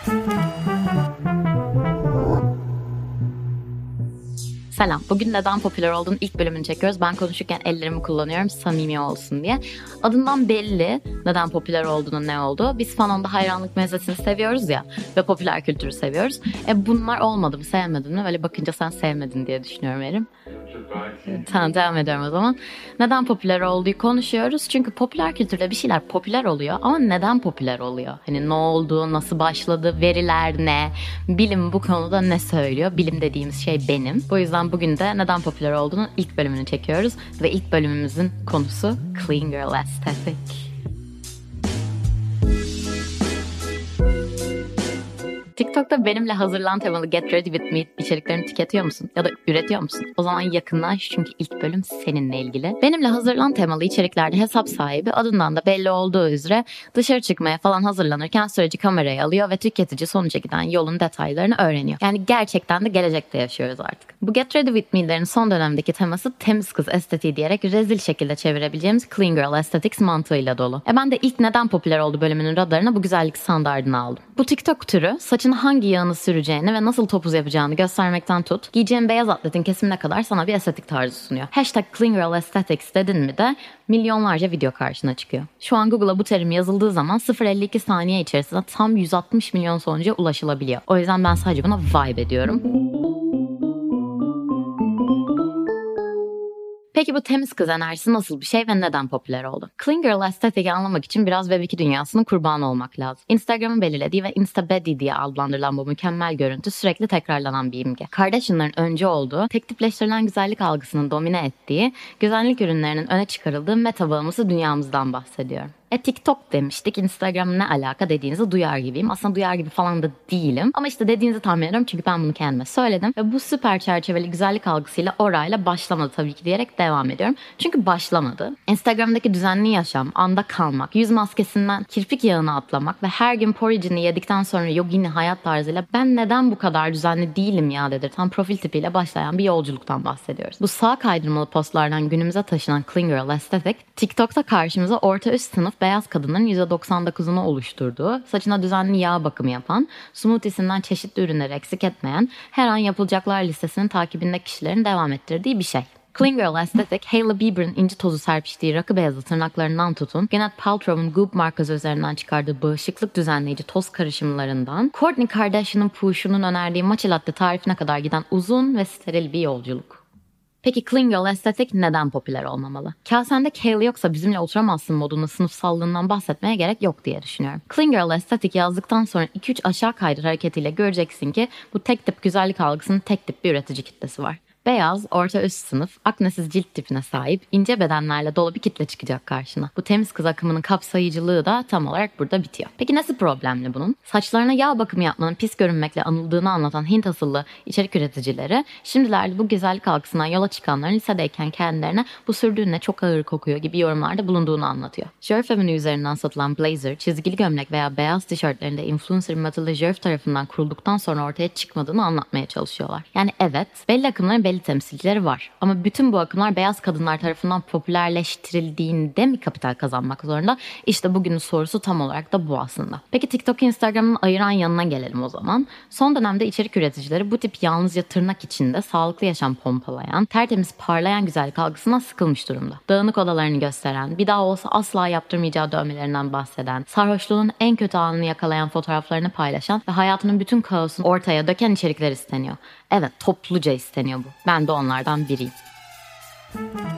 Selam. Bugün neden popüler olduğunu ilk bölümünü çekiyoruz. Ben konuşurken ellerimi kullanıyorum samimi olsun diye. Adından belli neden popüler olduğunu, ne olduğu. Biz Fanon'da hayranlık meselesini seviyoruz ya ve popüler kültürü seviyoruz. Bunlar olmadı mı, sevmedin mi? Böyle bakınca sen sevmedin diye düşünüyorum Erim. Tamam, devam ediyorum o zaman. Neden popüler olduğu konuşuyoruz. Çünkü popüler kültürde bir şeyler popüler oluyor ama neden popüler oluyor? Hani ne oldu, nasıl başladı, veriler ne, bilim bu konuda ne söylüyor? Bilim dediğimiz şey benim. Bu yüzden bugün de neden popüler olduğunu ilk bölümünü çekiyoruz ve ilk bölümümüzün konusu Clean Girl Aesthetic. TikTok'ta benimle hazırlan temalı Get Ready With Me içeriklerini tüketiyor musun? Ya da üretiyor musun? O zaman yakınlaş çünkü ilk bölüm seninle ilgili. Benimle hazırlan temalı içeriklerde hesap sahibi adından da belli olduğu üzere dışarı çıkmaya falan hazırlanırken süreci kameraya alıyor ve tüketici sonuca giden yolun detaylarını öğreniyor. Yani gerçekten de gelecekte yaşıyoruz artık. Bu Get Ready With Me'lerin son dönemdeki teması temiz kız estetiği diyerek rezil şekilde çevirebileceğimiz Clean Girl Aesthetics mantığıyla dolu. Ben de ilk neden popüler oldu bölümünün radarına bu güzellik standardını aldım. Bu TikTok türü saçını hangi yağını süreceğini ve nasıl topuz yapacağını göstermekten tut, giyeceğin beyaz atletin kesimine kadar sana bir estetik tarzı sunuyor. Clean Girl Aesthetics dedin mi de milyonlarca video karşına çıkıyor. Şu an Google'a bu terim yazıldığı zaman 0,52 saniye içerisinde tam 160 milyon sonuca ulaşılabiliyor. O yüzden ben sadece buna vibe ediyorum. Peki bu temiz kız enerjisi nasıl bir şey ve neden popüler oldu? Clean Girl Aesthetic'i anlamak için biraz Web2 dünyasının kurbanı olmak lazım. Instagram'ın belirlediği ve Instabody diye adlandırılan bu mükemmel görüntü sürekli tekrarlanan bir imge. Kardashian'ların önce olduğu, tek tipleştirilen güzellik algısının domine ettiği, güzellik ürünlerinin öne çıkarıldığı meta bağımlısı dünyamızdan bahsediyorum. TikTok demiştik. Instagram ne alaka dediğinizi duyar gibiyim. Aslında duyar gibi falan da değilim. Ama işte dediğinizi tahmin ediyorum çünkü ben bunu kendime söyledim. Ve bu süper çerçeveli güzellik algısıyla orayla başlamadı tabii ki diyerek devam ediyorum. Çünkü başlamadı. Instagram'daki düzenli yaşam, anda kalmak, yüz maskesinden kirpik yağını atlamak ve her gün porridge'ini yedikten sonra yogini hayat tarzıyla ben neden bu kadar düzenli değilim ya dedirten profil tipiyle başlayan bir yolculuktan bahsediyoruz. Bu sağ kaydırmalı postlardan günümüze taşınan Clean Girl Aesthetic, TikTok'ta karşımıza orta üst sınıf beyaz kadının %99'unu oluşturduğu, saçına düzenli yağ bakımı yapan, smoothiesinden çeşitli ürünleri eksik etmeyen, her an yapılacaklar listesinin takibinde kişilerin devam ettirdiği bir şey. Clean Girl Aesthetic, Hailey Bieber'ın inci tozu serpiştiği rakı beyazı tırnaklarından tutun, Gwyneth Paltrow'un Goop markası üzerinden çıkardığı bağışıklık düzenleyici toz karışımlarından, Kourtney Kardashian'ın puşunun önerdiği matcha latte tarifine kadar giden uzun ve steril bir yolculuk. Peki Clean Girl Aesthetic neden popüler olmamalı? Kasende kale yoksa bizimle oturamazsın modunun sınıfsallığından bahsetmeye gerek yok diye düşünüyorum. Clean Girl Aesthetic yazdıktan sonra 2-3 aşağı kaydır hareketiyle göreceksin ki bu tek tip güzellik algısının tek tip bir üretici kitlesi var. Beyaz, orta üst sınıf, aknesiz cilt tipine sahip, ince bedenlerle dolu bir kitle çıkacak karşına. Bu temiz kız akımının kapsayıcılığı da tam olarak burada bitiyor. Peki nasıl problemli bunun? Saçlarına yağ bakımı yapmanın pis görünmekle anıldığını anlatan Hint asıllı içerik üreticileri, şimdilerde bu güzellik algısından yola çıkanların lisedeyken kendilerine bu sürdüğüne çok ağır kokuyor gibi yorumlarda bulunduğunu anlatıyor. Jerf Avenue üzerinden satılan blazer, çizgili gömlek veya beyaz tişörtlerinde influencer Matilda Jerf tarafından kurulduktan sonra ortaya çıkmadığını anlatmaya çalışıyorlar. Yani evet, belli akımların belli temsilcileri var. Ama bütün bu akımlar beyaz kadınlar tarafından popülerleştirildiğinde mi kapital kazanmak zorunda? İşte bugünün sorusu tam olarak da bu aslında. Peki TikTok Instagram'ın ayıran yanına gelelim o zaman. Son dönemde içerik üreticileri bu tip yalnızca tırnak içinde sağlıklı yaşam pompalayan, tertemiz parlayan güzellik algısından sıkılmış durumda. Dağınık odalarını gösteren, bir daha olsa asla yaptırmayacağı dövmelerinden bahseden, sarhoşluğun en kötü anını yakalayan fotoğraflarını paylaşan ve hayatının bütün kaosunu ortaya döken içerikler isteniyor. Evet, topluca isteniyor bu. Ben de onlardan biriyim.